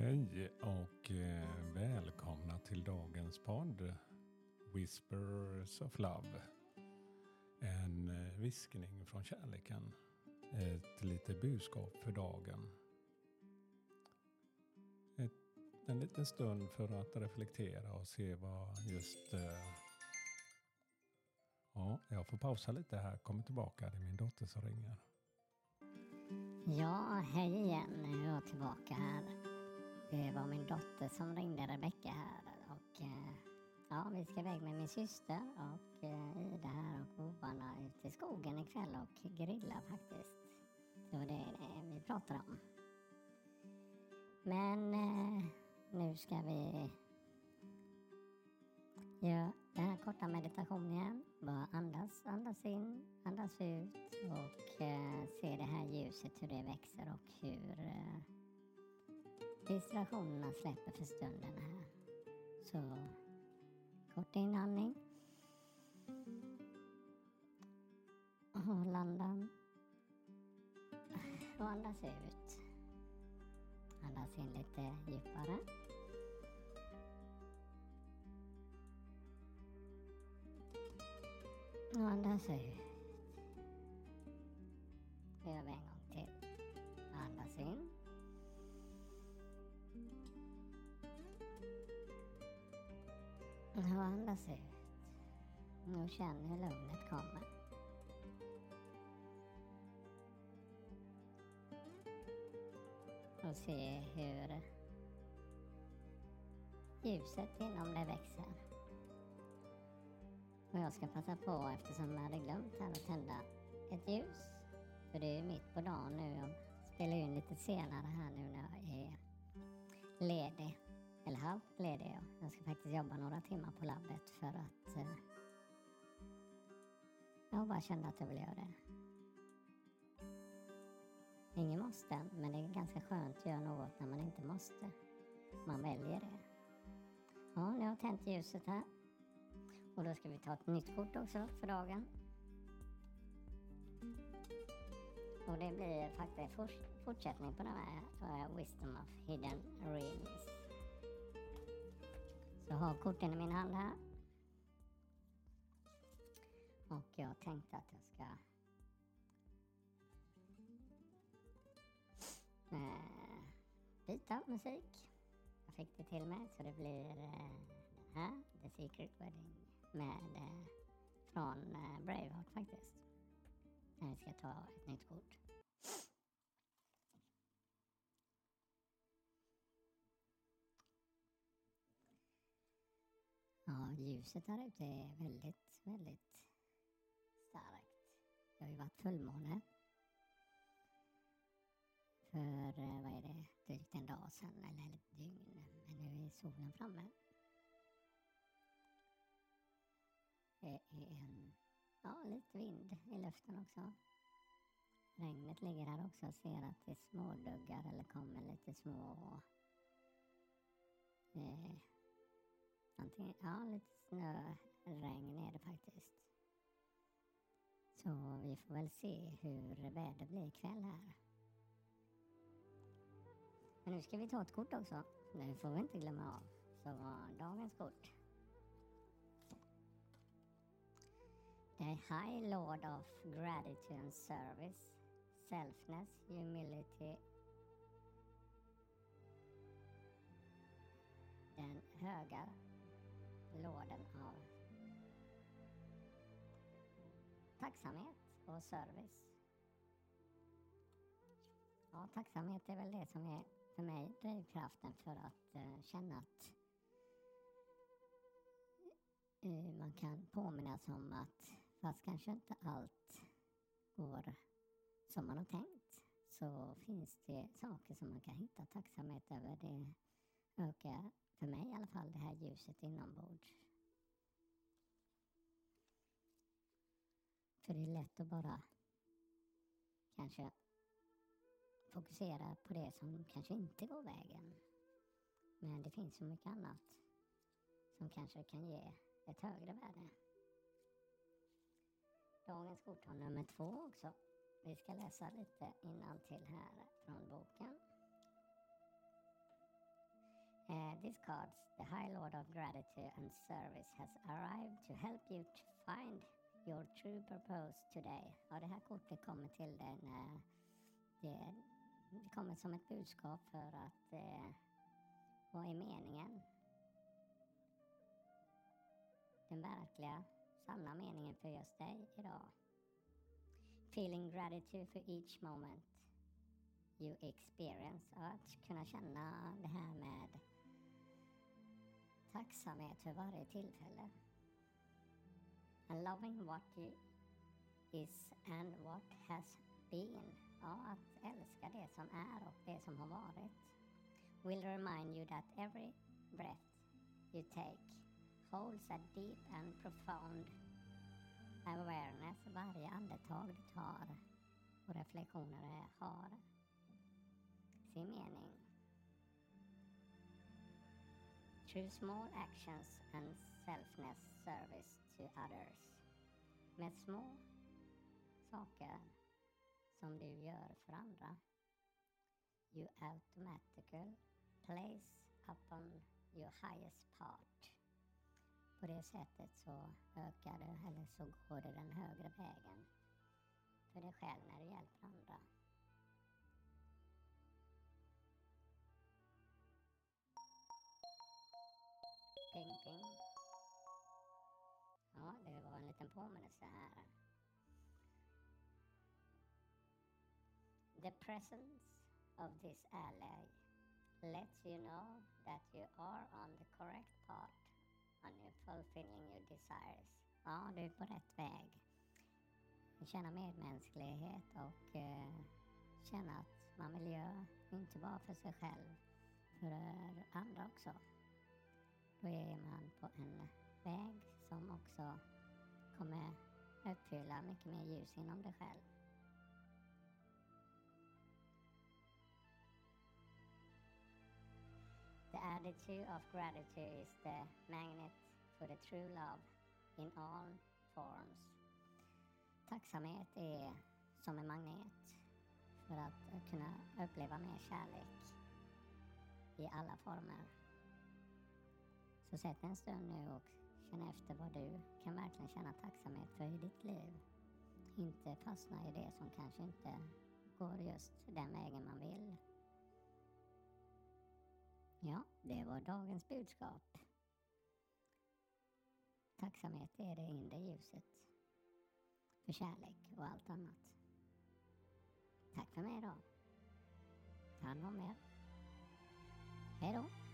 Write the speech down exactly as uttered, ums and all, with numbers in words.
Hej och eh, välkomna till dagens podd Whispers of Love. En eh, viskning från kärleken. Ett litet budskap för dagen. Ett, en liten stund för att reflektera och se vad just... Eh, ja, jag får pausa lite här. Kommer tillbaka. Det är min dotter som ringer. Ja, hej igen. Nu är jag tillbaka här. Det var min dotter som ringde, Rebecka här. Och eh, ja, vi ska iväg med min syster och eh, Ida här och bovarna ut i skogen ikväll och grilla faktiskt. Så det är det vi pratar om. Men eh, nu ska vi göra den här korta meditationen igen. Bara andas, andas in, andas ut och eh, se det här ljuset, hur det växer och hur eh, distraktionerna släpper för stunden här. Så kort inandning. Och landa. Och andas ut. Andas in lite djupare. Och andas ut. Det gör vi en gång till. Andas in. Och andas ut. Och känn hur lugnet kommer. Och se hur ljuset inom det växer. Och jag ska passa på, eftersom jag hade glömt här, att tända ett ljus. För det är ju mitt på dagen nu. Jag spelar in lite senare här nu när jag är ledig. Eller halvt ledig jag. Jag ska faktiskt jobba några timmar på labbet för att eh, jag bara kände att jag vill göra det. Ingen måste, men det är ganska skönt att göra något när man inte måste. Man väljer det. Ja, nu har jag tänt ljuset här. Och då ska vi ta ett nytt kort också för dagen. Och det blir faktiskt en for- fortsättning på den här uh, Wisdom of Hidden Realms. Så jag har korten i min hand här. Och jag tänkte att jag ska uh, byta musik. Jag fick det till mig, så det blir uh, den här, The Secret Wedding, med uh, från uh, Braveheart faktiskt. När vi ska ta ett nytt kort. Ja, ljuset här ute är väldigt, väldigt starkt. Det har ju varit fullmåne. För, uh, vad är det, drygt en dag sedan, eller ett dygn. Men nu är solen framme. Det är en, ja, lite vind i luften också. Regnet ligger här också och ser att det är små duggar eller kommer lite små eh, antingen, ja, lite snöregn är det faktiskt. Så vi får väl se hur vädret blir ikväll här. Men nu ska vi ta ett kort också. Det får vi inte glömma av. Så dagens kort. The High Lord of Gratitude and Service, Selfness, Humility. Den höga lorden av tacksamhet och service. Ja, tacksamhet är väl det som är för mig drivkraften för att uh, känna att uh, man kan påminnas om att fast kanske inte allt går som man har tänkt, så finns det saker som man kan hitta tacksamhet över. Det ökar, för mig i alla fall, det här ljuset inombords. För det är lätt att bara kanske fokusera på det som kanske inte går vägen. Men det finns så mycket annat som kanske kan ge ett högre värde. Dagens kort har nummer två också. Vi ska läsa lite innantill här från boken. Uh, this card, the High Lord of Gratitude and Service, has arrived to help you to find your true purpose today. Ja, det här kortet kommer till dig när det, det kommer som ett budskap för att eh, vad är meningen? Den verkliga, sanna meningen för just dig idag. Feeling gratitude for each moment you experience. Att kunna känna det här med tacksamhet för varje tillfälle. And loving what you is and what has been. Ja, att älska det som är och det som har varit. Will remind you that every breath you take holds a deep and profound awareness. Varje andetag du tar och reflektioner har sin mening. Through small actions and selfless service to others. Med små saker som du gör för andra. You automatically place upon your highest part. På det sättet så ökar du, eller så går du den högre vägen för dig själv när du hjälper andra. Ping, ping. Ja, det var en liten påminnelse här. The presence of this ally lets you know that you are on the correct path on your fulfilling your desires. Ja, du är på rätt väg. Känna medmänsklighet och eh, känna att man vill göra inte bara för sig själv, för andra också. Då är man på en väg som också kommer uppfylla mycket mer ljus inom dig själv. The attitude of gratitude is the magnet for the true love in all forms. Tacksamhet är som en magnet för att kunna uppleva mer kärlek i alla former. Så sätt en stund nu och känn efter vad du kan verkligen känna tacksamhet för i ditt liv. Inte fastna i det som kanske inte går just den vägen man vill. Ja, det var dagens budskap. Tacksamhet är det inre ljuset för kärlek och allt annat. Tack för mig idag. Ta hand om er. Hej då.